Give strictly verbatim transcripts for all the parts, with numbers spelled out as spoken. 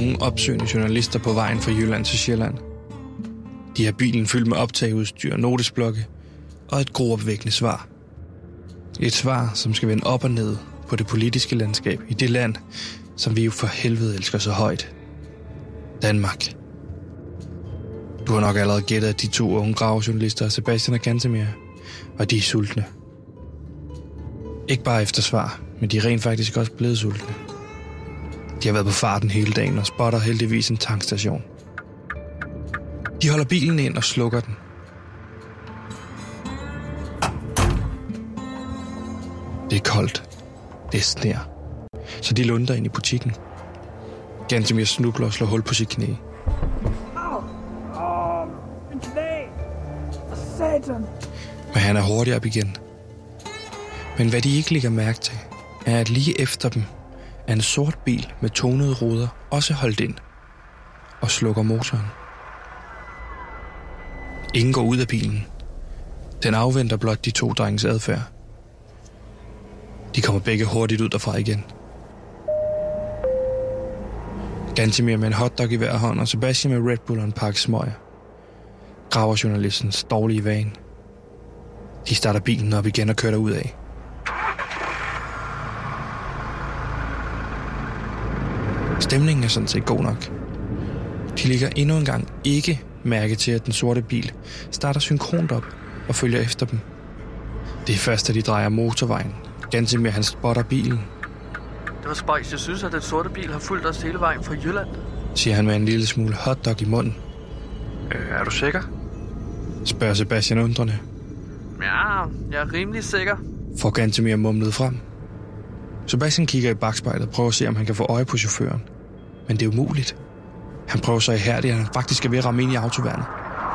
unge opsøgende journalister på vejen fra Jylland til Sjælland. De har bilen fyldt med optageudstyr, notesblokke og et gruopvækkende svar. Et svar, som skal vende op og ned på det politiske landskab i det land, som vi jo for helvede elsker så højt. Danmark. Du har nok allerede gættet, at de to unge gravejournalister, Sebastian og Gantemir, og de er sultne. Ikke bare efter svar, men de er rent faktisk også blevet sultne. De har været på farten hele dagen og spotter heldigvis en tankstation. De holder bilen ind og slukker den. Det er koldt. Det er sner. Så de lunder ind i butikken. Gantemir snubler og slår hul på sit knæ. Men han er hurtigt op igen. Men hvad de ikke lægger mærke til, er, at lige efter dem er en sort bil med tonede ruder også holdt ind og slukker motoren. Ingen går ud af bilen. Den afventer blot de to drenges adfærd. De kommer begge hurtigt ud derfra igen. Gantemir med en hotdog i hver hånd, og Sebastian med Red Bull og en pakke smøger. Graverjournalistens dårlige vane. De starter bilen op igen og kører derud af. Stemningen er sådan set god nok. De ligger endnu en gang ikke mærke til, at den sorte bil starter synkront op og følger efter dem. Det er først, at de drejer motorvejen. Gantemir han spotter bilen. Det var spejs. Jeg synes, at den sorte bil har fulgt os hele vejen fra Jylland, siger han med en lille smule hotdog i munden. Øh, er du sikker? Spørger Sebastian undrende. Ja, jeg er rimelig sikker. Får Gantemir mumlet frem. Sebastian kigger i bakspejlet og prøver at se, om han kan få øje på chaufføren. Men det er umuligt. Han prøver så ihærdigt, at han faktisk er ved at ramme ind i autoværnet.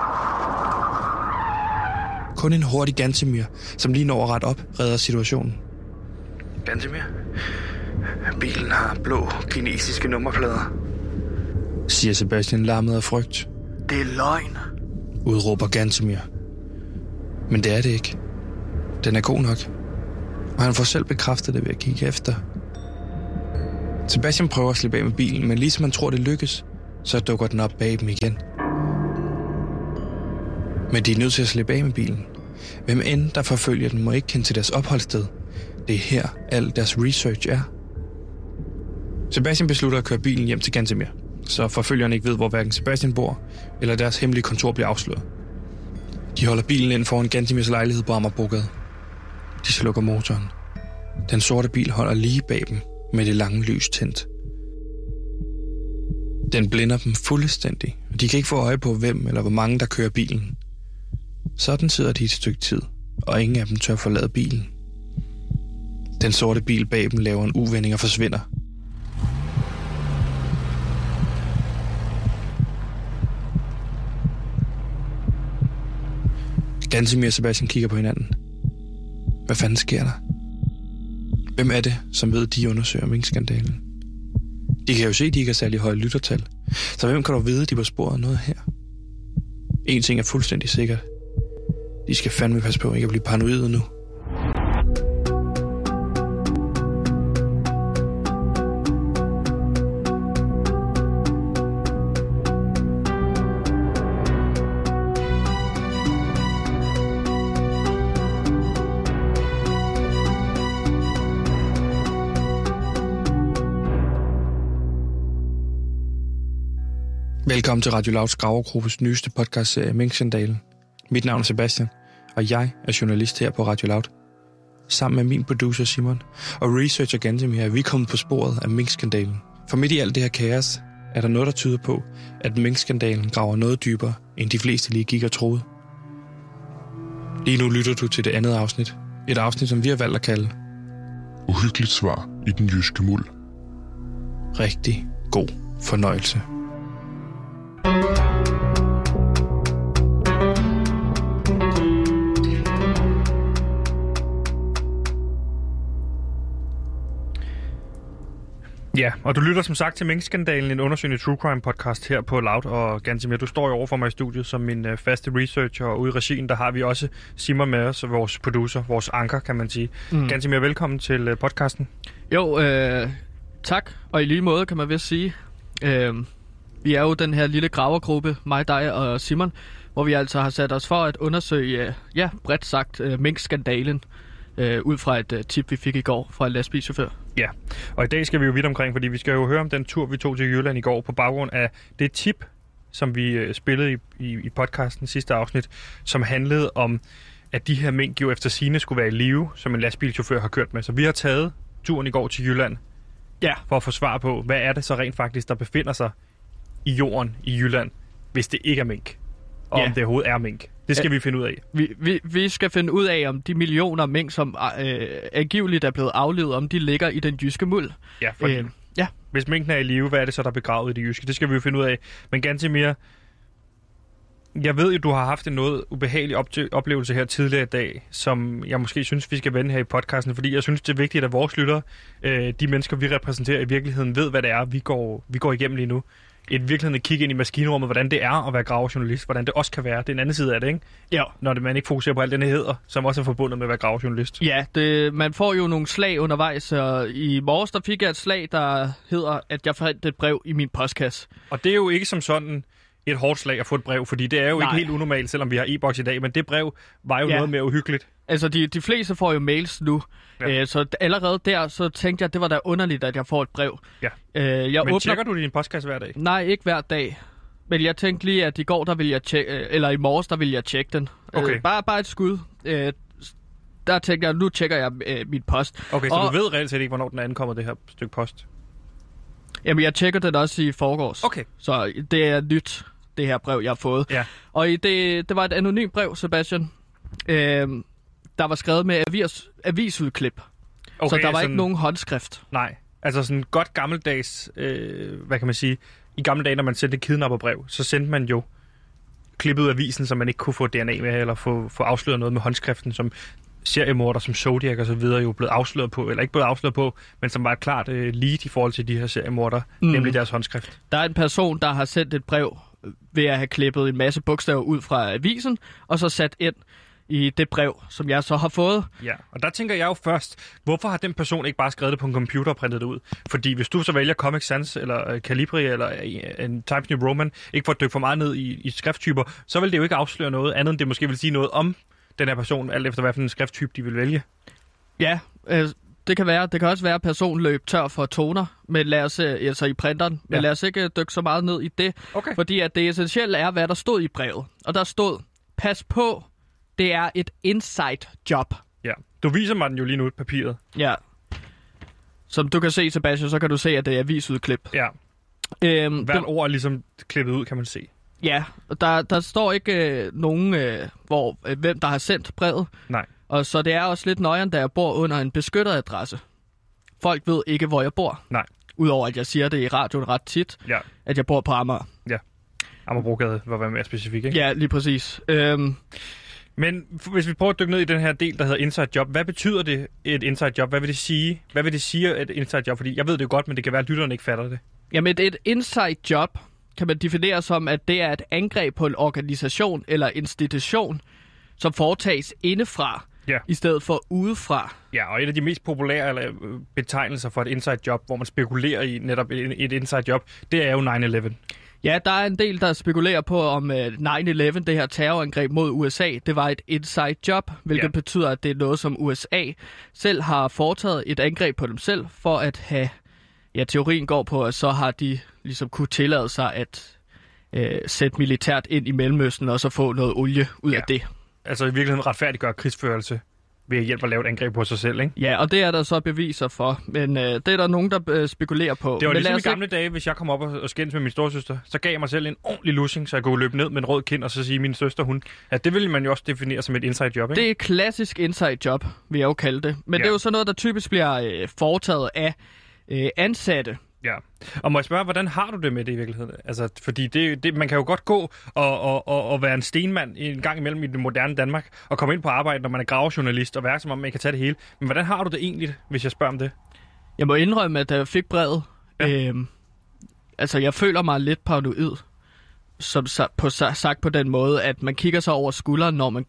Kun en hurtig Gantemir, som lige når ret op, redder situationen. Gantemir? Bilen har blå kinesiske nummerplader, siger Sebastian lammet af frygt. Det er løgn, udråber Gantemir. Men det er det ikke. Den er god nok. Og han får selv bekræftet det ved at kigge efter. Sebastian prøver at slippe af med bilen, men ligesom han tror, det lykkes, så dukker den op bag dem igen. Men de er nødt til at slippe af med bilen. Hvem end der forfølger den, må ikke kende til deres opholdssted. Det er her, al deres research er. Sebastian beslutter at køre bilen hjem til Gantemir, så forfølgerne ikke ved, hvor hverken Sebastian bor, eller deres hemmelige kontor bliver afsløret. De holder bilen ind foran Gantemirs lejlighed på Amagerbrogade. De slukker motoren. Den sorte bil holder lige bag dem med det lange lys tændt. Den blinder dem fuldstændig, og de kan ikke få øje på, hvem eller hvor mange, der kører bilen. Sådan sidder de et stykke tid, og ingen af dem tør forlade bilen. Den sorte bil bag dem laver en uvending og forsvinder. Gantemir og Sebastian kigger på hinanden. Hvad fanden sker der? Hvem er det, som ved, de undersøger minkskandalen? De kan jo se, at de ikke har særlig høje lyttertal. Så hvem kan dog vide, at de var sporet noget her? En ting er fuldstændig sikkert. De skal fandme passe på ikke at blive paranoide nu. Velkommen til Radio Louds Gravergruppes nyeste podcastserie Minkskandalen. Mit navn er Sebastian, og jeg er journalist her på Radio Loud. Sammen med min producer Simon og researcher Gantemir er vi kommet på sporet af minkskandalen. For midt i alt det her kaos er der noget, der tyder på, at minkskandalen graver noget dybere, end de fleste lige gik og troede. Lige nu lytter du til det andet afsnit. Et afsnit, som vi har valgt at kalde Uhyggeligt svar i den jyske muld. Rigtig god fornøjelse. Ja, og du lytter som sagt til Minkskandalen, en undersøgende true crime podcast her på Loud. Og Gantemir, du står jo over for mig i studiet som min øh, faste researcher, og ude i regien, der har vi også Simon med os, vores producer, vores anker, kan man sige. Mm. Gantemir, velkommen til øh, podcasten. Jo, øh, tak, og i lige måde kan man vist sige. Øh, vi er jo den her lille gravergruppe, mig, dig og Simon, hvor vi altså har sat os for at undersøge, ja, bredt sagt, uh, minkskandalen, uh, ud fra et uh, tip, vi fik i går fra en lastbilchauffør. Ja, og i dag skal vi jo vidt omkring, fordi vi skal jo høre om den tur, vi tog til Jylland i går, på baggrund af det tip, som vi uh, spillede i, i, i podcasten sidste afsnit, som handlede om, at de her mink jo efter sigende skulle være i live, som en lastbilchauffør har kørt med. Så vi har taget turen i går til Jylland, ja, for at få svar på, hvad er det så rent faktisk, der befinder sig i jorden i Jylland, hvis det ikke er mink, og ja. om det overhovedet er mink. Det skal ja. vi finde ud af. Vi, vi, vi skal finde ud af, om de millioner mink, som øh, angiveligt er blevet aflevet, om de ligger i den jyske muld. Ja, fordi øh, ja. hvis minken er i live, hvad er det så, der er begravet i det jyske? Det skal vi jo finde ud af. Men ganske mere, jeg ved jo, du har haft en noget ubehagelig op- oplevelse her tidligere i dag, som jeg måske synes, vi skal vende her i podcasten, fordi jeg synes, det er vigtigt, at vores lyttere, øh, de mennesker, vi repræsenterer i virkeligheden, ved, hvad det er, vi går, vi går igennem lige nu. Et virkeligheden kigge ind i maskinrummet, hvordan det er at være gravejournalist, hvordan det også kan være. Det er en anden side af det, ikke? Ja. Når det, man ikke fokuserer på alt den hedder, som også er forbundet med at være gravejournalist. Ja, det, man får jo nogle slag undervejs, og i morges der fik jeg et slag, der hedder, at jeg fandt et brev i min postkasse. Og det er jo ikke som sådan et hårdt slag at få et brev, fordi det er jo Nej. ikke helt unormalt, selvom vi har e-boks i dag, men det brev var jo ja. noget mere uhyggeligt. Altså, de, de fleste får jo mails nu, ja. øh, så allerede der, så tænkte jeg, at det var da underligt, at jeg får et brev. Ja. Øh, jeg men åbner... tjekker du din postkasse hver dag? Nej, ikke hver dag. Men jeg tænkte lige, at i går, der ville jeg tjekke, eller i morges, der ville jeg tjekke den. Okay. Øh, bare, bare et skud. Øh, der tænkte jeg, nu tjekker jeg øh, min post. Okay, så og... du ved reelt set ikke, hvornår den ankommer, det her stykke post? Jamen, jeg tjekker den også i forgårs. Okay. Så det er nyt, det her brev, jeg har fået. Ja. Og i det, det var et anonymt brev, Sebastian, øh, der var skrevet med avis, avisudklip. Okay, så der var sådan... ikke nogen håndskrift. Nej, altså sådan godt gammeldags, øh, hvad kan man sige, i gamle dage, når man sendte kidnapperbrev, så sendte man jo klippet ud af avisen, så man ikke kunne få D N A med, eller få, få afsløret noget med håndskriften, som seriemorder, som Zodiac og så videre jo blevet afsløret på, eller ikke blevet afsløret på, men som var et klart øh, lead i forhold til de her seriemorder, mm. nemlig deres håndskrift. Der er en person, der har sendt et brev ved at have klippet en masse bogstaver ud fra avisen, og så sat ind i det brev, som jeg så har fået. Ja, og der tænker jeg jo først, hvorfor har den person ikke bare skrevet det på en computer og printet det ud? Fordi hvis du så vælger Comic Sans, eller uh, Calibri, eller uh, en Times New Roman, ikke for at dykke for meget ned i, i skrifttyper, så vil det jo ikke afsløre noget andet, end det måske vil sige noget om den her person, alt efter hvad for en skrifttype de vil vælge. Ja, øh, det kan være. Det kan også være, at personen løb tør for toner, men lad os, altså i printeren, men ja. lad os ikke dykke så meget ned i det, okay. fordi at det essentielle er, hvad der stod i brevet. Og der stod, pas på, det er et inside job. Ja, du viser mig den jo lige nu i papiret. Ja. Som du kan se, Sebastian, så kan du se, at det er avisudklip. Ja. Øhm, Hvert det... ord er ligesom klippet ud, kan man se. Ja, der, der står ikke øh, nogen, øh, hvor, øh, hvem der har sendt brevet. Nej. Og så det er også lidt nøjeren, da jeg bor under en beskyttet adresse. Folk ved ikke, hvor jeg bor. Nej. Udover at jeg siger det i radioen ret tit, ja. at jeg bor på Amager. Ja. Amagerbrogade var være mere specifik, ikke? Ja, lige præcis. Øhm... Men hvis vi prøver at dykke ned i den her del, der hedder inside job, hvad betyder det et inside job? Hvad vil det sige? Hvad vil det sige et inside job? Fordi jeg ved det jo godt, men det kan være, at lytterne ikke fatter det. Jamen et inside job kan man definere som, at det er et angreb på en organisation eller institution, som foretages indefra, ja. i stedet for udefra. Ja, og et af de mest populære eller, betegnelser for et inside job, hvor man spekulerer i netop et, et inside job, det er jo nine eleven. Ja, der er en del, der spekulerer på, om nine eleven, det her terrorangreb mod U S A, det var et inside job, hvilket ja. betyder, at det er noget, som U S A selv har foretaget et angreb på dem selv, for at have, ja, teorien går på, at så har de ligesom kunne tillade sig at øh, sætte militært ind i Mellemøsten, og så få noget olie ud ja. af det. Altså i virkeligheden retfærdiggøre krigsførelse ved at hjælpe at lave et angreb på sig selv, ikke? Ja, og det er der så beviser for, men øh, det er der nogen, der øh, spekulerer på. Det var men ligesom i gamle ikke... dage, hvis jeg kom op og, og skændes med min storesøster, så gav jeg mig selv en ordentlig lussing, så jeg kunne løbe ned med en rød kind og så sige, min søster, hun... Ja, det ville man jo også definere som et inside job, ikke? Det er et klassisk inside job, vil jeg jo kalde det. Men ja. det er jo sådan noget, der typisk bliver øh, foretaget af øh, ansatte. Ja, og må jeg spørge, hvordan har du det med det i virkeligheden? Altså, fordi det, det, man kan jo godt gå og, og, og, og være en stenmand en gang imellem i det moderne Danmark, og komme ind på arbejde, når man er gravejournalist, og være som om man kan tage det hele. Men hvordan har du det egentlig, hvis jeg spørger om det? Jeg må indrømme, at da jeg fik brevet, ja. øh, altså jeg føler mig lidt paranoid, som på, sagt på den måde, at man kigger sig over skulderen, når man går.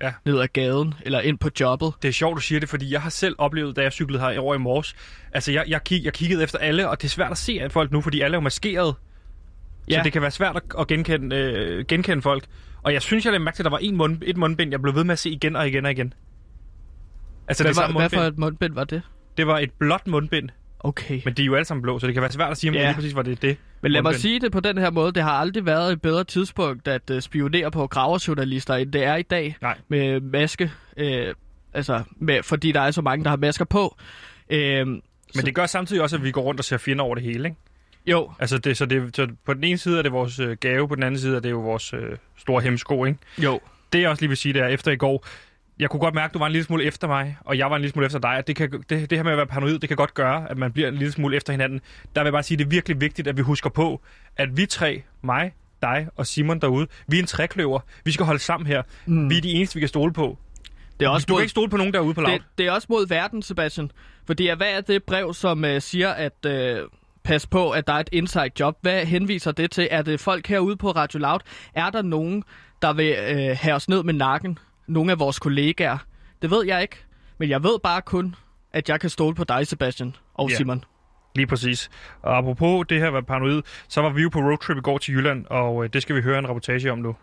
ja. ned ad gaden eller ind på jobbet. Det er sjovt, du siger det, fordi jeg har selv oplevet, da jeg cyklede her over i morges, altså jeg, jeg, kig, jeg kiggede efter alle, og det er svært at se af folk nu, fordi alle er jo maskeret. Ja. Så det kan være svært at genkende, øh, genkende folk. Og jeg synes, jeg lagde mærke til, at der var en mund, et mundbind, jeg blev ved med at se igen og igen og igen. Altså hvad, det samme var, mundbind. Hvad for et mundbind var det? Det var et blåt mundbind. Okay. Men de er jo alle sammen blå, så det kan være svært at sige, om ja. det lige præcis var det det. Men lad mig sige det på den her måde. Det har aldrig været et bedre tidspunkt at uh, spionere på graverjournalister, end det er i dag. Nej. Med maske. Øh, altså, med, fordi der er så mange, der har masker på. Øh, Men så... det gør samtidig også, at vi går rundt og ser fjender over det hele, ikke? Jo. Altså, det, så, det, så på den ene side er det vores øh, gave, på den anden side er det jo vores øh, store hemsko, ikke? Jo. Det jeg også lige vil sige, det er, efter i går, jeg kunne godt mærke, at du var en lille smule efter mig, og jeg var en lille smule efter dig. At det, kan, det, det her med at være paranoid, det kan godt gøre, at man bliver en lille smule efter hinanden. Der vil jeg bare sige, at det er virkelig vigtigt, at vi husker på, at vi tre, mig, dig og Simon derude, vi er en trækløver. Vi skal holde sammen her. Mm. Vi er de eneste, vi kan stole på. Det er også du mod... kan ikke stole på nogen derude på Loud. Det, det er også mod verden, Sebastian. Fordi hvad er det brev, som uh, siger, at... Uh... Pas på, at der er et inside job. Hvad henviser det til? Er det folk herude på Radio Loud? Er der nogen, der vil øh, have os ned med nakken? Nogle af vores kollegaer? Det ved jeg ikke. Men jeg ved bare kun, at jeg kan stole på dig, Sebastian og ja, Simon. Lige præcis. Og apropos det her med paranoid, så var vi jo på roadtrip i går til Jylland, og øh, det skal vi høre en reportage om nu.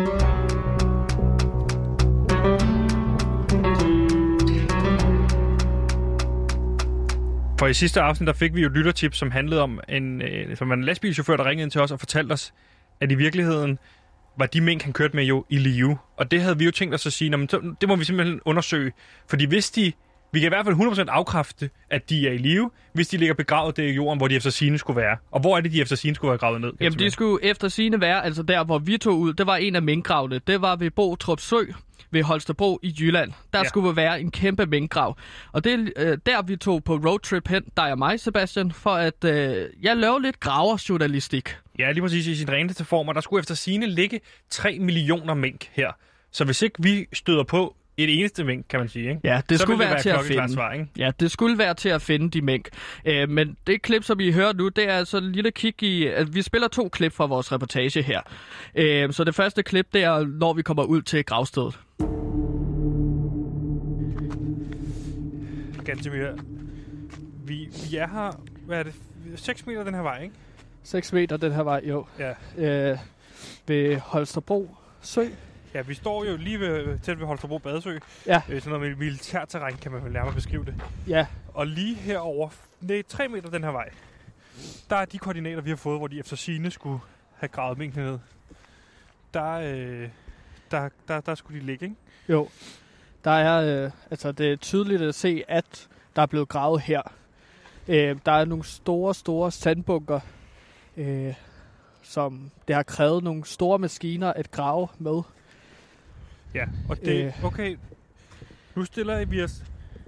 For i sidste afsnit, der fik vi jo et lyttertip, som handlede om en, øh, som en lastbilchauffør, der ringede ind til os og fortalte os, at i virkeligheden var de mink, han kørte med jo i live. Og det havde vi jo tænkt os at sige, men det må vi simpelthen undersøge. Fordi hvis de, vi kan i hvert fald hundrede procent afkræfte, at de er i live, hvis de ligger begravet der i jorden, hvor de efter sigende skulle være. Og hvor er det, de efter sigende skulle være gravet ned? Jamen, de skulle efter sigende være, altså der, hvor vi tog ud, det var en af minkgravene. Det var ved Botrup Sø ved Holstebro i Jylland. Der ja. skulle være en kæmpe minkgrav. Og det er øh, der, vi tog på roadtrip hen, dig og mig, Sebastian, for at øh, jeg lavede lidt graverjournalistik. Ja, lige præcis i sin reneste form, og der skulle efter sigende ligge tre millioner mink her. Så hvis ikke vi støder på et eneste mink, kan man sige, ikke? Ja, det så skulle være, være til at finde. Svar, ikke? Ja, det skulle være til at finde de mink. Øh, men det klip, som I hører nu, det er altså en lille kig i... At vi spiller to klip fra vores reportage her. Øh, så det første klip, det er, når vi kommer ud til gravstedet. Gantemir, vi, vi er her... Hvad er det? seks meter den her vej, ikke? seks meter den her vej, jo. Ja. Øh, ved Holstebro Sø. Ja, vi står jo lige ved, tæt ved Holstebro Badesø. Ja. Øh, sådan noget med militærterræn, kan man vel nærmere beskrive det. Ja. Og lige herover, nej, tre meter den her vej, der er de koordinater, vi har fået, hvor de efter sigende skulle have gravet minkene ned. Der, øh, der, der, der skulle de ligge, ikke? Jo. Der er, øh, altså det er tydeligt at se, at der er blevet gravet her. Øh, der er nogle store, store sandbunker, øh, som det har krævet nogle store maskiner at grave med. Ja, og det, okay, nu stiller vi os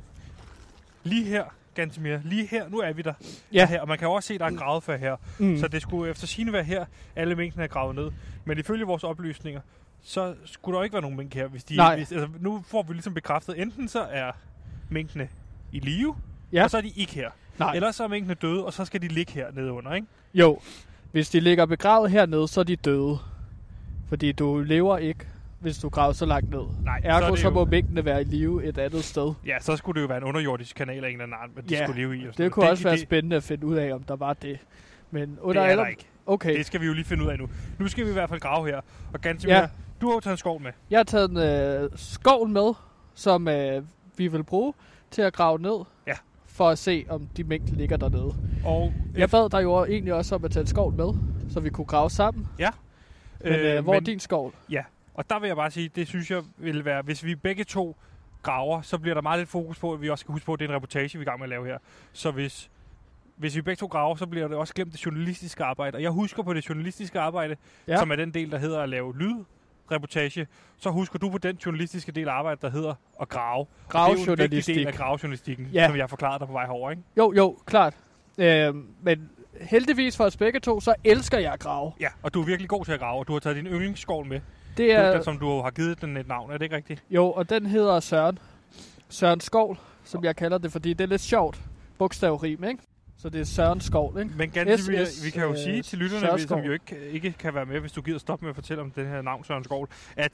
lige her, Gantemir, lige her, nu er vi der. Ja. Her, og man kan jo også se, at der er gravet for her. Mm. Så det skulle efter sigende være her, alle minkene er gravet ned. Men ifølge vores oplysninger, så skulle der ikke være nogen mink her. Hvis de, Nej. Hvis, altså, nu får vi ligesom bekræftet, enten så er minkene i live, ja. og så er de ikke her. Nej. Eller så er minkene døde, og så skal de ligge her nede under, ikke? Jo, hvis de ligger begravet hernede, så er de døde. Fordi du lever ikke, hvis du graver så langt ned. Nej, ergo så, så må jo... minkene være i live et andet sted. Ja, så skulle det jo være en underjordisk kanal af en eller anden, men de ja, skulle leve i. Og det kunne det, også det, være det, spændende at finde ud af, om der var det. Men under det er alle... der ikke. Okay. Det skal vi jo lige finde ud af nu. Nu skal vi i hvert fald grave her. Og Gantemir, ja. du har jo taget en skovl med. Jeg har taget en øh, skovl med, som øh, vi vil bruge til at grave ned. Ja. For at se, om de mink ligger dernede. Og jeg bad dig jo egentlig også om at tage en skovl med, så vi kunne grave sammen. Ja. Men øh, hvor men, er din skovl? Ja, og der vil jeg bare sige, det synes jeg vil være, hvis vi begge to graver, så bliver der meget lidt fokus på, at vi også skal huske på, at det er en reportage, vi er i gang med at lave her. Så hvis, hvis vi begge to graver, så bliver det også glemt det journalistiske arbejde. Og jeg husker på det journalistiske arbejde, ja. Som er den del, der hedder at lave lydreportage. Så husker du på den journalistiske del af arbejdet, der hedder at grave. Gravejournalistik. Det er jo en vigtig del af gravejournalistikken, ja. Som jeg forklarede dig på vej herover, ikke? Jo, jo, klart. Øh, men heldigvis for os begge to, så elsker jeg at grave. Ja, og du er virkelig god til at grave, og du har taget din yndlingsskål med. Det er... Du, som du har givet den et navn, er det ikke rigtigt? Jo, og den hedder Søren. Søren Skovl, som jeg kalder det, fordi det er lidt sjovt. Bogstavrim, ikke? Så det er Søren Skovl, ikke? Men ganske, vi, vi kan jo øh, sige til lytterne, som jo ikke, ikke kan være med, hvis du gider stoppe med at fortælle om den her navn, Søren Skovl, at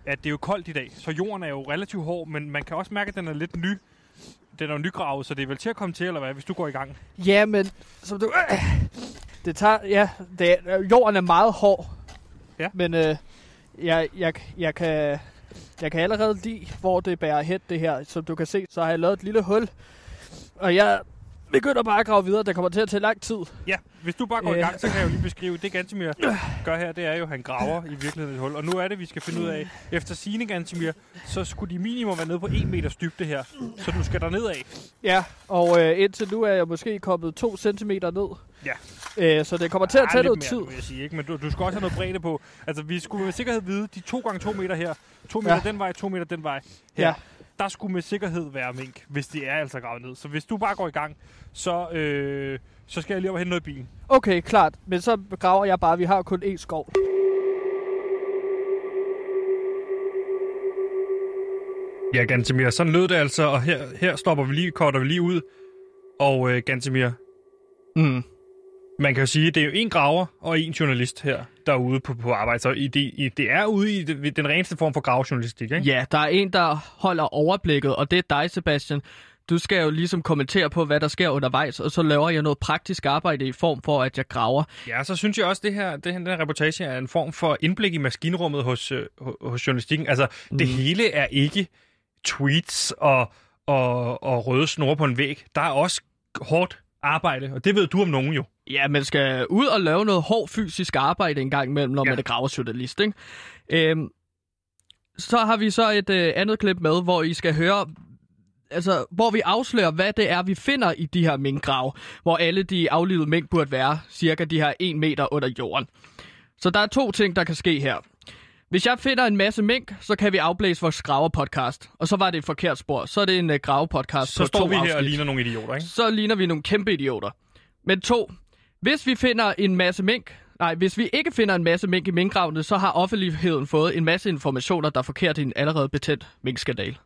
at det er jo koldt i dag, så jorden er jo relativt hård, men man kan også mærke, at den er lidt ny. Den er jo nygravet, så det er vel til at komme til, eller hvad, hvis du går i gang? Ja, men som du... Øh, det tager... Ja, det, jorden er meget hård. Ja. Men øh, jeg, jeg, jeg, kan, jeg kan allerede lide, hvor det bærer hen, det her. Som du kan se, så har jeg lavet et lille hul. Og jeg begynder bare at grave videre. Det kommer til at tage lang tid. Ja, hvis du bare går øh. i gang, så kan jeg jo lige beskrive, det Gantemir gør her, det er jo, at han graver i virkeligheden et hul. Og nu er det, vi skal finde ud af, efter sigende Gantemir, så skulle de minimum være nede på en meters dybde her. Så du skal derned af. Ja, og øh, indtil nu er jeg måske kommet to centimeter ned. Ja. Øh, så det kommer til at tage noget tid. Vil jeg sige, ikke? Men du, du skal også have noget bredde på. Altså, vi skulle med sikkerhed vide, de to gange to meter her, to meter ja. den vej, to meter den vej her. Ja. Der skulle med sikkerhed være mink, hvis det er altså gravet ned. Så hvis du bare går i gang, så, øh, så skal jeg lige over hente noget i bilen. Okay, klart. Men så graver jeg bare. Vi har kun én skov. Ja, Gantemir, sådan lød det altså, og her, her stopper vi lige, korter vi lige ud. Og øh, Gantemir, mm. man kan jo sige, at det er jo en graver og en journalist her, der er ude på, på arbejde. Så i det, i, det er ude i det, den reneste form for gravejournalistik, ikke? Ja, der er en, der holder overblikket, og det er dig, Sebastian. Du skal jo ligesom kommentere på, hvad der sker undervejs, og så laver jeg noget praktisk arbejde i form for, at jeg graver. Ja, så synes jeg også, at det her, det her, den her reportage er en form for indblik i maskinrummet hos, øh, hos journalistikken. Altså, mm. det hele er ikke tweets og, og, og røde snore på en væg. Der er også hårdt arbejde, og det ved du om nogen jo. Ja, man skal ud og lave noget hård fysisk arbejde en gang imellem, når ja. man er gravejournalist, ikke? Øhm, så har vi så et øh, andet klip med, hvor I skal høre, altså, hvor vi afslører, hvad det er, vi finder i de her minkgrave, hvor alle de aflivede mink burde være cirka de her en meter under jorden. Så der er to ting, der kan ske her. Hvis jeg finder en masse mink, så kan vi afblæse vores graverpodcast. Og så var det et forkert spor. Så er det en uh, gravepodcast så på to står vi her afsnit. og ligner nogle idioter, ikke? Så ligner vi nogle kæmpe idioter. Men to, hvis vi finder en masse mink, nej, hvis vi ikke finder en masse mink i minkgravene, så har offentligheden fået en masse informationer, der er forkert i en allerede betændt minkskandal.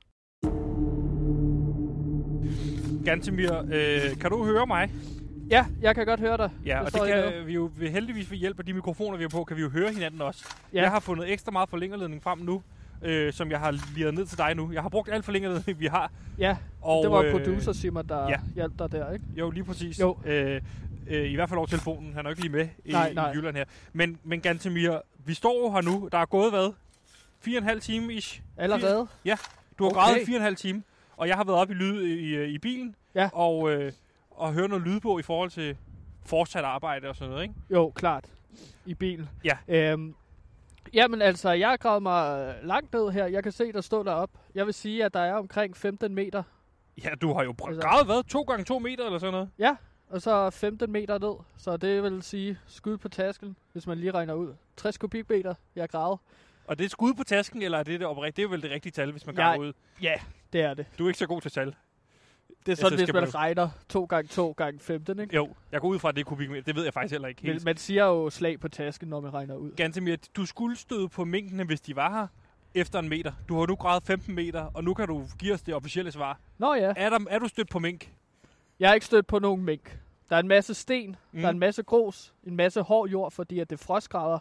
Gantemir, øh, kan du høre mig? Ja, jeg kan godt høre dig. Ja, og det kan vi jo heldigvis ved hjælp af de mikrofoner, vi har på, kan vi jo høre hinanden også. Ja. Jeg har fundet ekstra meget forlængerledning frem nu, øh, som jeg har liret ned til dig nu. Jeg har brugt al forlængerledning, vi har. Ja, og det var øh, producer Simon, der ja. hjalp dig der, ikke? Jo, lige præcis. Jo. Øh, øh, I hvert fald over telefonen. Han er jo ikke lige med i, nej, nej. i Jylland her. Men, men Gantemir, vi står jo her nu. Der er gået hvad? Fire og en halv time ish. Allerede? Fire, ja, du har okay. gravet fire og en halv time. Og jeg har været oppe i, lyd, i, i bilen. Ja. Og... Øh, og høre noget lyd på i forhold til fortsat arbejde og sådan noget, ikke? Jo, klart. I bil. Ja. Øhm, jamen altså, jeg har gravet mig langt ned her. Jeg kan se, der står derop. Jeg vil sige, at der er omkring femten meter. Ja, du har jo br- altså, gravet hvad? To gange to meter eller sådan noget? Ja, og så femten meter ned. Så det vil sige skud på tasken, hvis man lige regner ud. tres kubikmeter, jeg har gravet. Og det er skud på tasken, eller er det det oprigtigt? Det er vel det rigtige tal, hvis man graver ud? Ja, det er det. Du er ikke så god til tal. Det er sådan, hvis man regner to gange to gange femten, ikke? Jo, jeg går ud fra, at det er kubikmeter. Det ved jeg faktisk heller ikke helt. Man siger jo slag på tasken, når man regner ud. Gantemir, du skulle støde på minkene, hvis de var her efter en meter. Du har nu gravet femten meter, og nu kan du give os det officielle svar. Nå ja. Er, der, er du stødt på mink? Jeg har ikke stødt på nogen mink. Der er en masse sten, mm. der er en masse grus, en masse hård jord, fordi at det er frostgrader.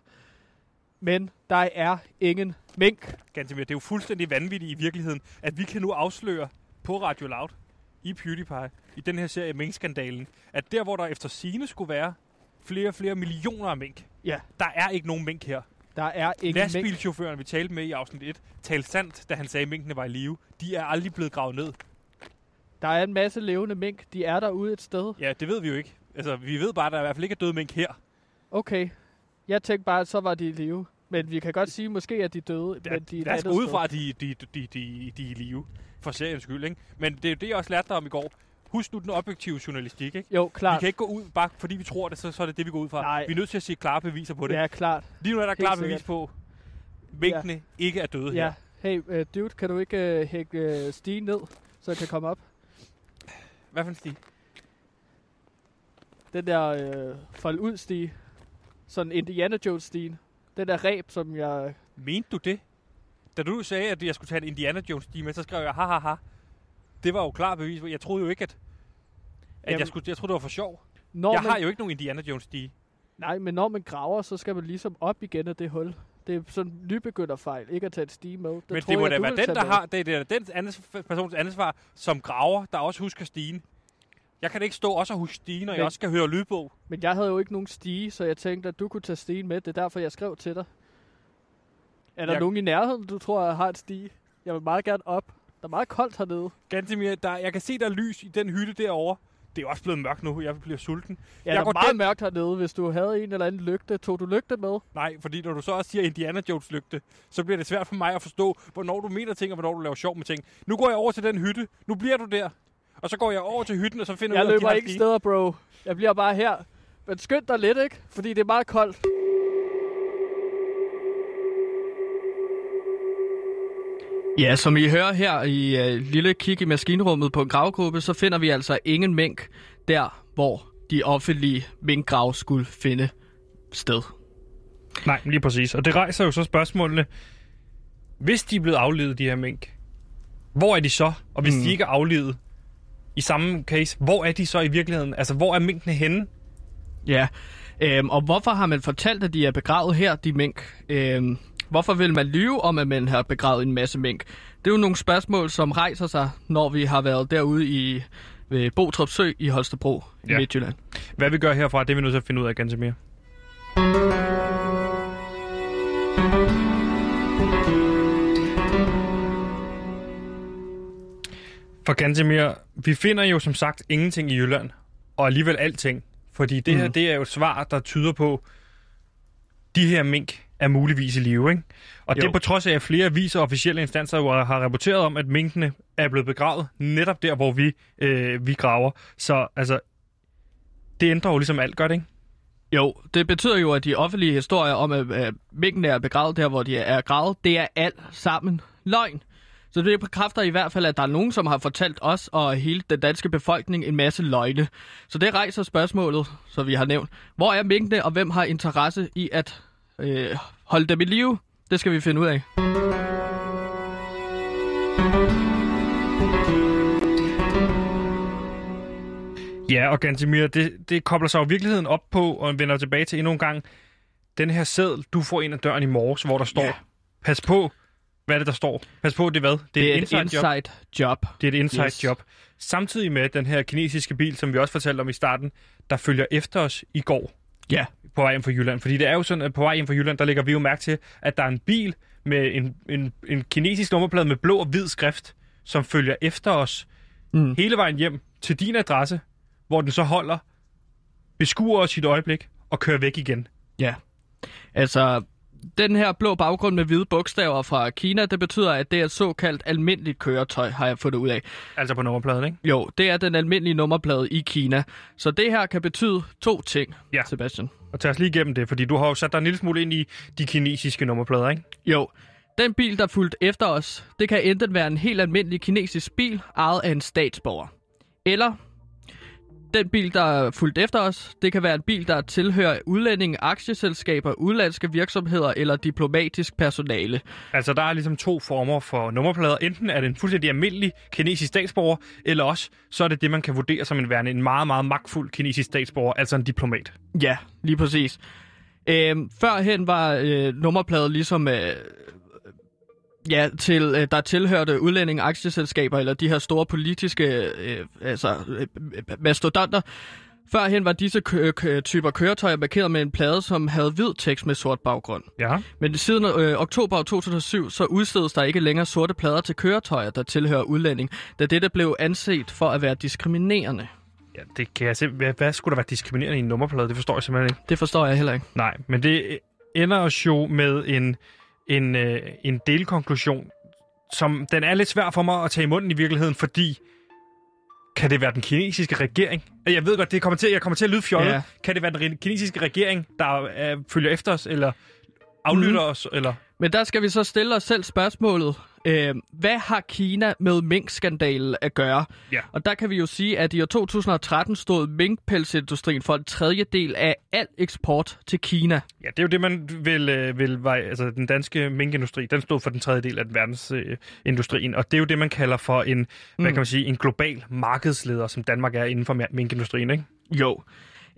Men der er ingen mink. Gantemir, det er jo fuldstændig vanvittigt i virkeligheden, at vi kan nu afsløre på Radio Loud i PewDiePie, i den her serie Minkskandalen, at der, hvor der efter sigende skulle være flere og flere millioner af mink, ja. der er ikke nogen mink her. Der er ikke mink. Lastbilchaufføren, vi talte med i afsnit et, talte sandt, da han sagde, at minkene var i live. De er aldrig blevet gravet ned. Der er en masse levende mink. De er derude et sted. Ja, det ved vi jo ikke. Altså, vi ved bare, at der i hvert fald ikke er døde mink her. Okay. Jeg tænkte bare, at så var de i live. Men vi kan godt sige, måske at de er døde. Ja, men de er lad os gå ud fra, at de, de, de, de, de, de er i live. For seriens skyld, ikke? Men det er jo det, jeg også lærte dig om i går. Husk nu den objektive journalistik, ikke? Jo, klart. Vi kan ikke gå ud, bare fordi vi tror det, så, så er det det, vi går ud fra. Nej. Vi er nødt til at se klare beviser på det. Ja, klart. Lige nu er der klart bevis på, at minkene ja. ikke er døde ja. her. Hey, uh, dude, kan du ikke uh, hække uh, stigen ned, så jeg kan komme op? Hvad for en stige? Den der uh, fold ud stige. Sådan Indiana Jones stigen. Den der ræb, som jeg... Mente du det? Da du sagde, at jeg skulle tage en Indiana Jones stige med, så skrev jeg ha ha ha. Det var jo klart bevis. Jeg troede jo ikke, at, at jeg, skulle, jeg troede, det var for sjov. Når jeg man, har jo ikke nogen Indiana Jones stige. Nej, men når man graver, så skal man ligesom op igen af det hul. Det er sådan en nybegynderfejl, ikke at tage et stige med. Den Men det må jeg, da du være vil den, tage der med. har, det er den andres, persons ansvar, som graver, der også husker stigen. Jeg kan ikke stå også og huske stigen, når Men- jeg også skal høre lydbog. Men jeg havde jo ikke nogen stige, så jeg tænkte, at du kunne tage stigen med. Det er derfor, jeg skrev til dig. Er der Jeg- nogen i nærheden, du tror, jeg har et stige? Jeg vil meget gerne op. Der er meget koldt hernede. Gantemir, der, jeg kan se, der er lys i den hytte derovre. Det er jo også blevet mørkt nu, jeg bliver sulten. Ja, Jeg der går er meget den- mørkt hernede, hvis du havde en eller anden lygte. Tog du lygte med? Nej, fordi når du så også siger Indiana Jones lygte, så bliver det svært for mig at forstå, hvornår du mener ting, og hvornår du laver sjov med ting. Nu går jeg over til den hytte. Nu bliver du der. Og så går jeg over til hytten, og så finder Jeg ud af, at de løber har ikke stige. steder, bro. Jeg bliver bare her. Men skynd dig lidt, ikke? Fordi det er meget koldt. Ja, som I hører her i uh, lille kig i maskinrummet på en gravgruppe, så finder vi altså ingen mink der, hvor de offentlige minkgrav skulle finde sted. Nej, lige præcis. Og det rejser jo så spørgsmålene. Hvis de er blevet aflivet, de her mink, hvor er de så? Og hvis mm. de ikke er aflivet i samme case, hvor er de så i virkeligheden? Altså, hvor er minkene henne? Ja, øhm, og hvorfor har man fortalt, at de er begravet her, de mink? Øhm, hvorfor vil man lyve om, at man har begravet en masse mink? Det er jo nogle spørgsmål, som rejser sig, når vi har været derude i ved Botrup Sø i Holstebro i Ja. Midtjylland. Hvad vi gør herfra, det er vi nødt til at finde ud af ganske mere. For Gantemir, vi finder jo som sagt ingenting i Jylland, og alligevel alting. Fordi det her, Mm. det er jo et svar, der tyder på, de her mink er muligvis i live, ikke? Og Jo. det på trods af, at flere aviser og officielle instanser jo har rapporteret om, at minkene er blevet begravet netop der, hvor vi, øh, vi graver. Så altså, det ændrer jo ligesom alt, gør det ikke? Jo, det betyder jo, at de offentlige historier om, at øh, minkene er begravet der, hvor de er gravet, det er alt sammen løgn. Så det bekræfter i hvert fald, at der er nogen, som har fortalt os og hele den danske befolkning en masse løgne. Så det rejser spørgsmålet, så vi har nævnt. Hvor er minkene, og hvem har interesse i at øh, holde dem i live? Det skal vi finde ud af. Ja, og Gantemir, det, det kobler sig jo virkeligheden op på, og vender tilbage til endnu en gang, den her seddel, du får ind ad døren i morges, hvor der står, Ja. pas på, hvad er det, der står? Pas på, det er hvad? Det, Det er et et inside job. inside job. Det er et inside Yes. job. Samtidig med den her kinesiske bil, som vi også fortalte om i starten, der følger efter os i går Ja. på vej hjem fra Jylland. Fordi det er jo sådan, at på vej hjem fra Jylland, der lægger vi jo mærke til, at der er en bil med en, en, en kinesisk nummerplade med blå og hvid skrift, som følger efter os Mm. hele vejen hjem til din adresse, hvor den så holder, beskuer os i et øjeblik og kører væk igen. Ja. Altså, den her blå baggrund med hvide bogstaver fra Kina, det betyder, at det er et såkaldt almindeligt køretøj, har jeg fundet ud af. Altså på nummerpladen, ikke? Jo, det er den almindelige nummerplade i Kina. Så det her kan betyde to ting, Ja. Sebastian. Og tag os lige igennem det, fordi du har jo sat dig en lille smule ind i de kinesiske nummerplader, ikke? Jo, den bil, der fulgte efter os, det kan enten være en helt almindelig kinesisk bil, ejet af en statsborger. Eller den bil, der fulgte efter os, det kan være en bil, der tilhører udlændinge, aktieselskaber, udlandske virksomheder eller diplomatisk personale. Altså, der er ligesom to former for nummerplader. Enten er det en fuldstændig almindelig kinesisk statsborger, eller også så er det det, man kan vurdere som en værende en meget, meget magtfuld kinesisk statsborger, altså en diplomat. Ja, lige præcis. Øhm, førhen var øh, nummerpladen ligesom øh, ja, til, øh, der tilhørte udlændinge, aktieselskaber eller de her store politiske øh, altså, øh, mastodonter. Førhen var disse kø- kø- typer køretøjer markeret med en plade, som havde hvid tekst med sort baggrund. Ja. Men siden øh, oktober to tusind og syv, så udstedes der ikke længere sorte plader til køretøjer, der tilhører udlænding, da dette blev anset for at være diskriminerende. Ja, det kan jeg se. Hvad, hvad skulle der være diskriminerende i en nummerplade? Det forstår jeg simpelthen ikke. Det forstår jeg heller ikke. Nej, men det ender os jo med en, en, øh, en delkonklusion, som den er lidt svær for mig at tage i munden i virkeligheden, fordi kan det være den kinesiske regering? Jeg ved godt, det kommer til, jeg kommer til at lyde fjollet. Ja. Kan det være den kinesiske regering, der øh, følger efter os, eller aflytter Mhm. os, eller... Men der skal vi så stille os selv spørgsmålet. Øh, hvad har Kina med minkskandalen at gøre? Ja. Og der kan vi jo sige, at i år to tusind og tretten stod minkpelsindustrien for en tredjedel af al eksport til Kina. Ja, det er jo det, man vil, øh, vil veje, altså den danske minkindustri, den stod for den tredjedel af den verdensindustrien, øh, industrien, og det er jo det, man kalder for en, mm. hvad kan man sige, en global markedsleder, som Danmark er inden for minkindustrien, ikke? Jo.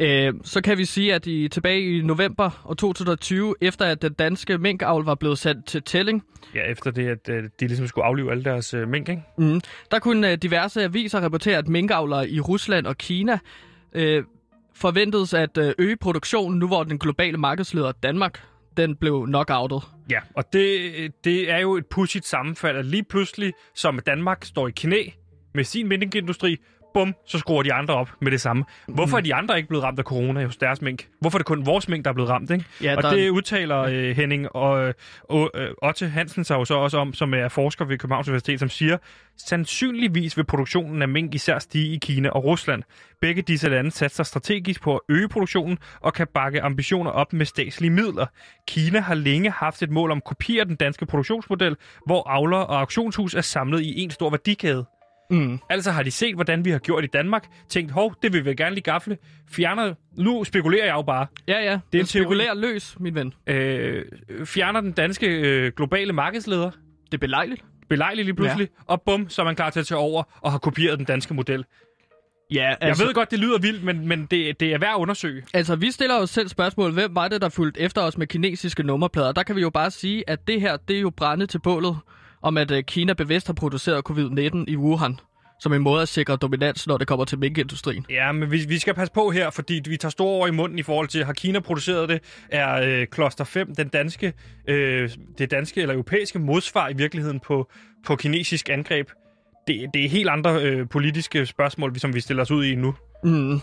Øh, så kan vi sige, at i, tilbage i november og to tusind og tyve, efter at den danske minkavl var blevet sendt til tælling. Ja, efter det, at øh, de ligesom skulle aflive alle deres øh, mink, ikke? Mm, der kunne øh, diverse aviser rapportere, at minkavlere i Rusland og Kina øh, forventedes at øh, øge produktionen, nu hvor den globale markedsleder Danmark, den blev knockoutet. Ja, og det, det er jo et pudsigt sammenfald, at lige pludselig, som Danmark står i knæ med sin minkindustri, bum, så skruer de andre op med det samme. Hvorfor er de andre ikke blevet ramt af corona hos deres mink? Hvorfor er det kun vores mink, der er blevet ramt, ikke? Ja, og der... det udtaler øh, Henning og, og øh, Otte Hansen sig jo så også om, som er forsker ved Københavns Universitet, som siger, sandsynligvis vil produktionen af mink især stige i Kina og Rusland. Begge disse lande satser strategisk på at øge produktionen og kan bakke ambitioner op med statslige midler. Kina har længe haft et mål om at kopiere den danske produktionsmodel, hvor avlere og auktionshus er samlet i en stor værdikæde. Mm. Altså har de set, hvordan vi har gjort i Danmark, tænkt, hov, det vil vi gerne lige gafle, fjerner, nu spekulerer jeg jo bare. Ja, ja, det er spekulerer løs, min ven. Øh, fjerner den danske øh, globale markedsleder. Det er belejligt. Belejligt lige pludselig, ja. Og bum, så er man klar til at tage over og har kopieret den danske model. Ja, altså, jeg ved godt, det lyder vildt, men, men det, det er værd at undersøge. Altså, vi stiller os selv spørgsmål, hvem var det, der fulgte efter os med kinesiske nummerplader? Der kan vi jo bare sige, at det her, det er jo brændet til bålet, om at Kina bevidst har produceret covid nitten i Wuhan, som en måde at sikre dominans, når det kommer til minkindustrien. Ja, men vi, vi skal passe på her, fordi vi tager store ord i munden i forhold til, har Kina produceret det? Er øh, Cluster fem den danske, øh, det danske eller europæiske modsvar i virkeligheden på, på kinesisk angreb? Det, det er helt andre øh, politiske spørgsmål, som vi stiller os ud i nu. Mm.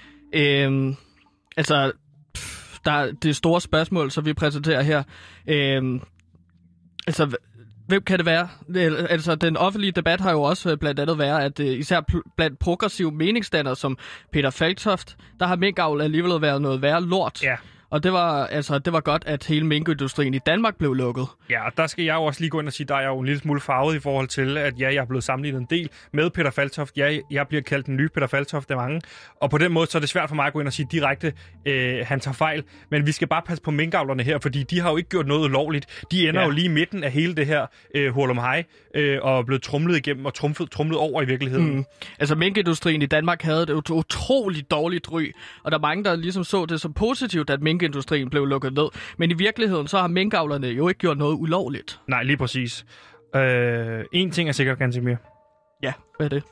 Øhm, altså, pff, der er det store spørgsmål, som vi præsenterer her. Øhm, altså... Hvem kan det være? Altså, den offentlige debat har jo også blandt andet været, at især blandt progressive meningsdannere som Peter Falktoft, der har minkavl alligevel været noget værre lort. Ja. Og det var, altså, det var godt, at hele minkindustrien i Danmark blev lukket. Ja, og der skal jeg jo også lige gå ind og sige, der er jeg jo en lille smule farvet i forhold til, at ja, jeg er blevet sammenlignet en del med Peter Falktoft. Ja, jeg bliver kaldt den nye Peter Falktoft af mange. Og på den måde, så er det svært for mig at gå ind og sige direkte, øh, han tager fejl. Men vi skal bare passe på minkavlerne her, fordi de har jo ikke gjort noget ulovligt. De ender ja. jo lige i midten af hele det her øh, hurlumhej, øh, og er blevet trumlet igennem og trumfet, trumlet over i virkeligheden. Mm. Altså, minkindustrien i Danmark havde et utroligt dårligt ry, og der er mange, der ligesom så det som positivt, at minkindustrien blev lukket ned. Men i virkeligheden, så har minkavlerne jo ikke gjort noget ulovligt. Nej, lige præcis. Øh, en ting er sikkert, ganske mere. Ja, hvad er det?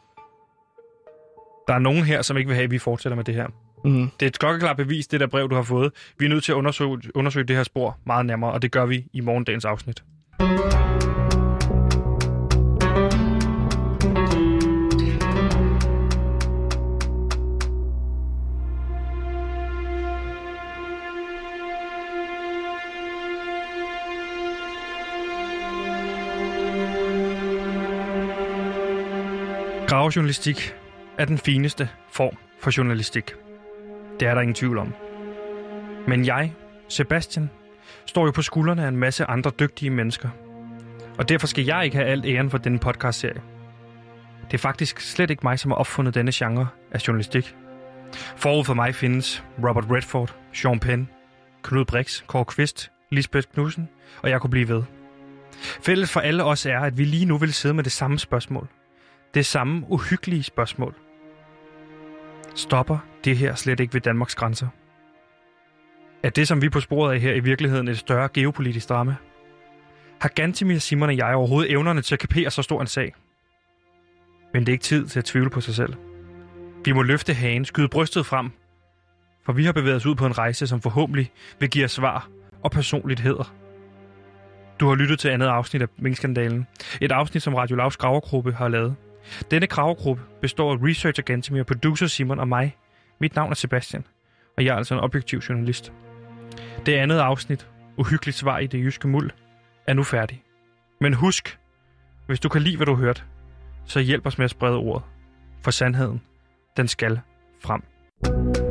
Der er nogen her, som ikke vil have, at vi fortsætter med det her. Mm. Det er et klokkeklart bevis, det der brev, du har fået. Vi er nødt til at undersøge, undersøge det her spor meget nærmere, og det gør vi i morgendagens afsnit. Gravejournalistik er den fineste form for journalistik. Det er der ingen tvivl om. Men jeg, Sebastian, står jo på skuldrene af en masse andre dygtige mennesker. Og derfor skal jeg ikke have alt æren for denne podcastserie. Det er faktisk slet ikke mig, som har opfundet denne genre af journalistik. Forud for mig findes Robert Redford, Sean Penn, Knud Brix, Kåre Kvist, Lisbeth Knudsen, og jeg kunne blive ved. Fælles for alle os er, at vi lige nu vil sidde med det samme spørgsmål. Det samme uhyggelige spørgsmål. Stopper det her slet ikke ved Danmarks grænser? Er det, som vi er på sporet af her, i virkeligheden et større geopolitisk drama? Har Gantemir, Simon og jeg overhovedet evnerne til at kapere så stor en sag? Men det er ikke tid til at tvivle på sig selv. Vi må løfte hagen, skyde brystet frem, for vi har bevæget os ud på en rejse, som forhåbentlig vil give os svar og personligt hæder. Du har lyttet til andet afsnit af Minkskandalen. Et afsnit, som Radio Lavs gravergruppe har lavet. Denne gravergruppe består af researcher Gantemir, producer Simon og mig. Mit navn er Sebastian, og jeg er altså en objektiv journalist. Det andet afsnit, Uhyggeligt svar i det jyske muld, er nu færdig. Men husk, hvis du kan lide, hvad du har hørt, så hjælp os med at sprede ordet. For sandheden, den skal frem.